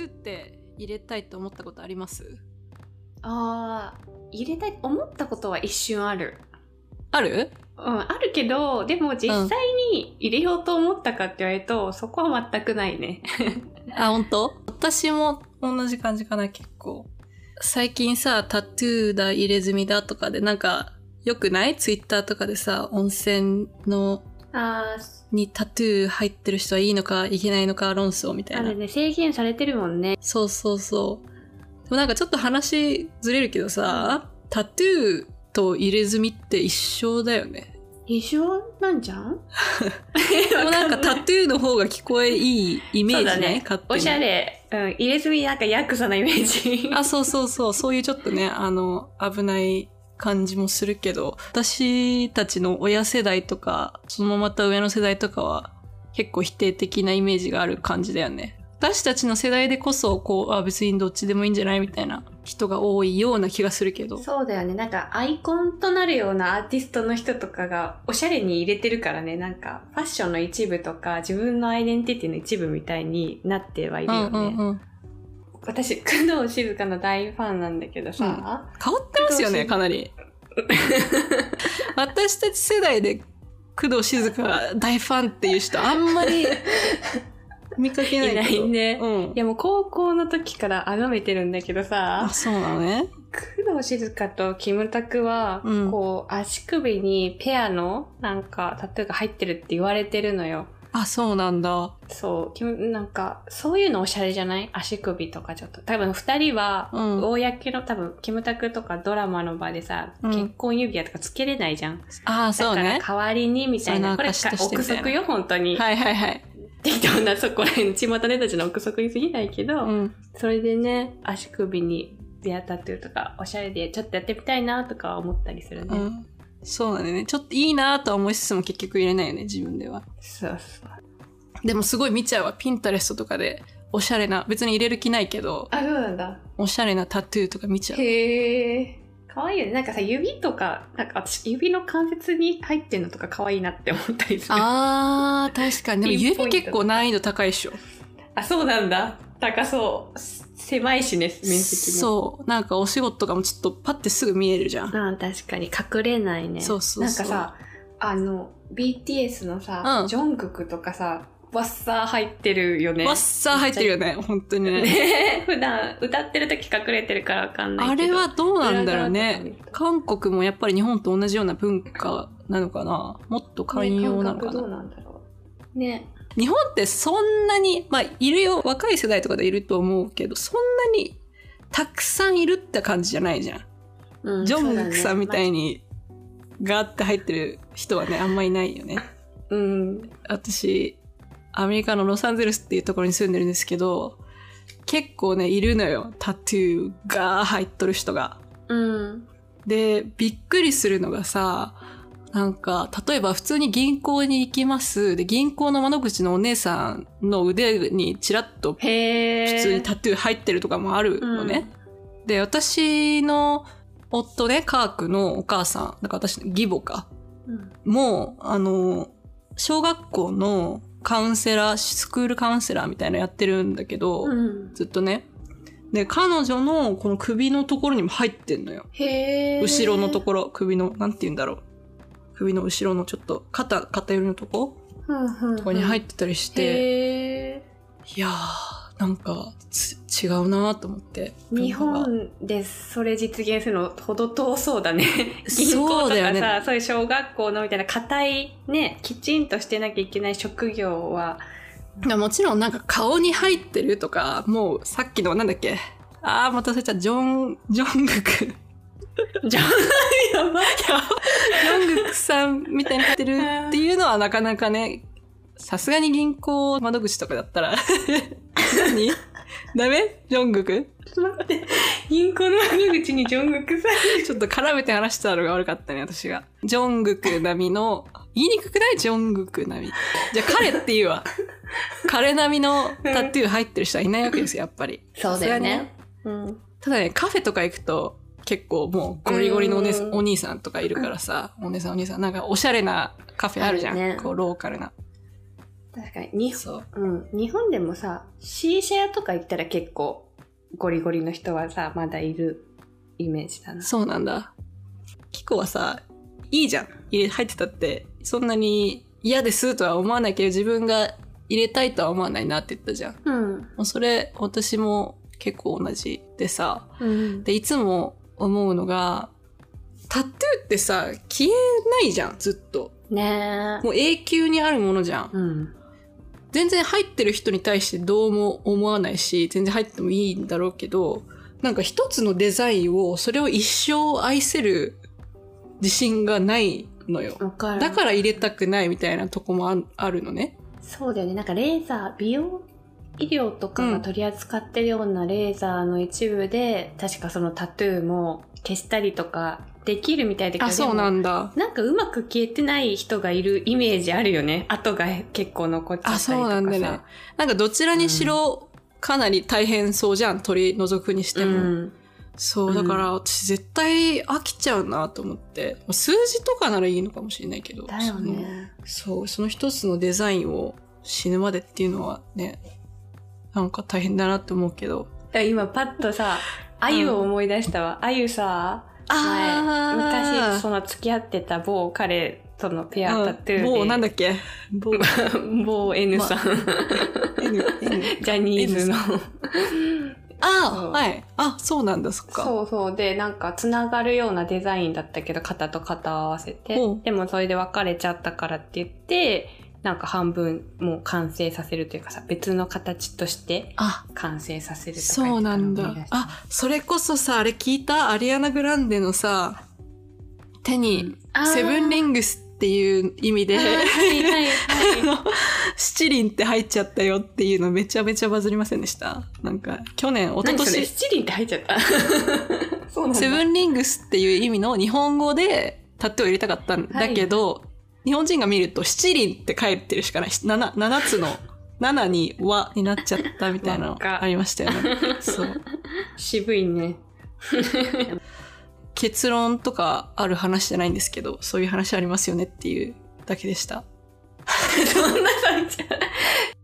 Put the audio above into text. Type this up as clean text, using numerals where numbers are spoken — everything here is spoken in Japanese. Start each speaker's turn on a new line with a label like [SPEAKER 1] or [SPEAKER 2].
[SPEAKER 1] トゥーって入れたいと思ったことあります？
[SPEAKER 2] 入れたい思ったことは一瞬ある。
[SPEAKER 1] ある？
[SPEAKER 2] あるけど、でも実際に入れようと思ったかって言われると、そこは全くないね。
[SPEAKER 1] 本当？私も同じ感じかな、結構。最近さ、タトゥーだ、入れ墨だとかでなんか、よくない？ツイッターとかでさ、温泉のにタトゥー入ってる人はいいのかいけないのか論争みたいな。
[SPEAKER 2] あれね、制限されてるもんね。
[SPEAKER 1] そうそうそう。でもなんかちょっと話ずれるけどさ、タトゥーと入れ墨って一緒だよね。
[SPEAKER 2] 一緒なんじゃん？
[SPEAKER 1] でもなんかタトゥーの方が聞こえいいイメージね。勝手に
[SPEAKER 2] おしゃれ。入れ墨なんかヤクザなイメージ。
[SPEAKER 1] そうそうそう。そういうちょっとね、危ない感じもするけど、私たちの親世代とか、そのまた上の世代とかは結構否定的なイメージがある感じだよね。私たちの世代でこそ、別にどっちでもいいんじゃないみたいな人が多いような気がするけど。
[SPEAKER 2] そうだよね。なんかアイコンとなるようなアーティストの人とかがおしゃれに入れてるからね。なんかファッションの一部とか自分のアイデンティティの一部みたいになってはいるよね。私、工藤静香の大ファンなんだけどさ。
[SPEAKER 1] 変わってますよね、かなり。私たち世代で工藤静香大ファンっていう人あんまり見かけないけど。
[SPEAKER 2] いないね。いやもう高校の時から崇めてるんだけどさ。
[SPEAKER 1] そうなのね。
[SPEAKER 2] 工藤静香とキムタクは、足首にペアのなんかタトゥーが入ってるって言われてるのよ。
[SPEAKER 1] そうなんだ。
[SPEAKER 2] そう。なんか、そういうのおしゃれじゃない？足首とかちょっと。多分二人は、公の多分、キムタクとかドラマの場でさ、結婚指輪とかつけれないじゃん。
[SPEAKER 1] そうね。
[SPEAKER 2] だから代わりにみたいな。これ、憶測よ、本当に。
[SPEAKER 1] はいはいはい。
[SPEAKER 2] 適当な、そこら辺、巷ネたちの憶測に過ぎないけど、それでね、足首にペアタトゥーとか、おしゃれでちょっとやってみたいなとか思ったりするね。
[SPEAKER 1] そうだね。ちょっといいなとは思いつつも結局入れないよね、自分では。
[SPEAKER 2] そうそう。
[SPEAKER 1] でもすごい見ちゃうわ。ピンタレストとかで、おしゃれな、別に入れる気ないけど。
[SPEAKER 2] そうなんだ。
[SPEAKER 1] おしゃれなタトゥーとか見ちゃう。
[SPEAKER 2] へー。かわいいよね。なんかさ、指とか、なんか私、指の関節に入ってんのとかかわいいなって思ったりする。
[SPEAKER 1] 確かに。でも指結構難易度高いっしょ。
[SPEAKER 2] そうなんだ。高そう。狭いしね、面積も。
[SPEAKER 1] そう。なんかお仕事とかもちょっとパッてすぐ見えるじゃん。
[SPEAKER 2] 確かに。隠れないね。
[SPEAKER 1] そうそうそう。
[SPEAKER 2] なんかさ、BTS のさ、ジョングクとかさ、ワッサー入ってるよね。
[SPEAKER 1] ワッサー入ってるよね、本当にね。
[SPEAKER 2] 普段歌ってる時隠れてるからわかんないけど。
[SPEAKER 1] あれはどうなんだろうね。韓国もやっぱり日本と同じような文化なのかな。もっと寛容なのかな。
[SPEAKER 2] どうなんだろう。ね。
[SPEAKER 1] 日本ってそんなに、いるよ。若い世代とかでいると思うけど、そんなにたくさんいるって感じじゃないじゃん。ジョングクさんみたいにガーって入ってる人はね、あんまいないよね。私、アメリカのロサンゼルスっていうところに住んでるんですけど、結構ね、いるのよ。タトゥーが入っとる人が。で、びっくりするのがさ、なんか、例えば普通に銀行に行きます。で、銀行の窓口のお姉さんの腕にチラッと普通にタトゥー入ってるとかもあるのね。で、私の夫ね、カークのお母さん、だから私、義母か。もう、小学校のカウンセラー、スクールカウンセラーみたいなのやってるんだけど、ずっとね。で、彼女のこの首のところにも入ってんのよ。後ろのところ、首の、なんて言うんだろう。首の後ろのちょっと肩寄りのとこ、とこに入ってたりして、いやー、なんか違うなと思って。
[SPEAKER 2] 日本でそれ実現するのほど遠そうだね。銀行とかさ、ね、そういう小学校のみたいな硬いね、きちんとしてなきゃいけない職業は。
[SPEAKER 1] もちろんなんか顔に入ってるとか、もうさっきのなんだっけ、また忘れちゃった、ジョングク。やばい。ジョングクさんみたいに入ってるっていうのはなかなかね、さすがに銀行窓口とかだったら何ダメ？ジョングク？
[SPEAKER 2] ちょっと待って。銀行の窓口にジョングクさん。
[SPEAKER 1] ちょっと絡めて話したのが悪かったね、私が。ジョングク並みの、言いにくくない？ジョングク並み。じゃあ彼って言うわ。彼並みのタトゥー入ってる人はいないわけですよ、やっぱり。
[SPEAKER 2] そうだよね。
[SPEAKER 1] ただね、カフェとか行くと、結構もうゴリゴリのお兄さんとかいるからさ、お姉さん、なんかおしゃれなカフェあるじゃん。こうローカルな。
[SPEAKER 2] 確かに
[SPEAKER 1] そう。
[SPEAKER 2] 日本でもさ、C 社屋とか行ったら結構ゴリゴリの人はさ、まだいるイメージだな。
[SPEAKER 1] そうなんだ。キコはさ、いいじゃん。入ってたって、そんなに嫌ですとは思わないけど、自分が入れたいとは思わないなって言ったじゃん。もうそれ、私も結構同じでさ、で、いつも思うのが、タトゥーってさ、消えないじゃん、ずっと。
[SPEAKER 2] ねえ。
[SPEAKER 1] もう永久にあるものじゃん。全然入ってる人に対してどうも思わないし、全然入ってもいいんだろうけど、なんか一つのデザインを、それを一生愛せる自信がないのよ。だから入れたくないみたいなとこもあるのね。
[SPEAKER 2] そうだよね。なんかレーザー、美容医療とかが取り扱ってるようなレーザーの一部で、確かそのタトゥーも消したりとかできるみたいだけど、
[SPEAKER 1] あ、そうなんだ。
[SPEAKER 2] なんかうまく消えてない人がいるイメージあるよね。跡が結構残っちゃったりとかさ。
[SPEAKER 1] あ、そうなんだね。なんかどちらにしろ、かなり大変そうじゃん、取り除くにしても。そう、だから私絶対飽きちゃうなと思って。数字とかならいいのかもしれないけど。
[SPEAKER 2] だよね。
[SPEAKER 1] そう、その一つのデザインを死ぬまでっていうのはね、なんか大変だなって思うけど。
[SPEAKER 2] 今パッとさ、あゆを思い出したわ。あゆさ、昔その付き合ってた某彼とのペアタトゥーで。
[SPEAKER 1] 某なんだっけ
[SPEAKER 2] 某 N さん。ジャニーズの。
[SPEAKER 1] はい。あ、そうなんだ、そっか。
[SPEAKER 2] そうそう。で、なんか、つながるようなデザインだったけど、肩と肩を合わせて。でも、それで別れちゃったからって言って、なんか半分もう完成させるというかさ、別の形として完成させるとか。
[SPEAKER 1] そうなんだ。あ、それこそさ、あれ聞いた？アリアナ・グランデのさ、手に、セブンリングスっていう意味で、七輪って入っちゃったよっていうのめちゃめちゃバズりませんでした？なんか、去年、一昨年。
[SPEAKER 2] 七輪って入っちゃったそうなんだ。
[SPEAKER 1] セブンリングスっていう意味の日本語でタトゥーを入れたかったんだけど、日本人が見ると七輪って書いてるしかない。7つの7に和になっちゃったみたいなのありましたよね。そう。
[SPEAKER 2] 渋いね。
[SPEAKER 1] 結論とかある話じゃないんですけど、そういう話ありますよねっていうだけでした。
[SPEAKER 2] そんなさんじゃ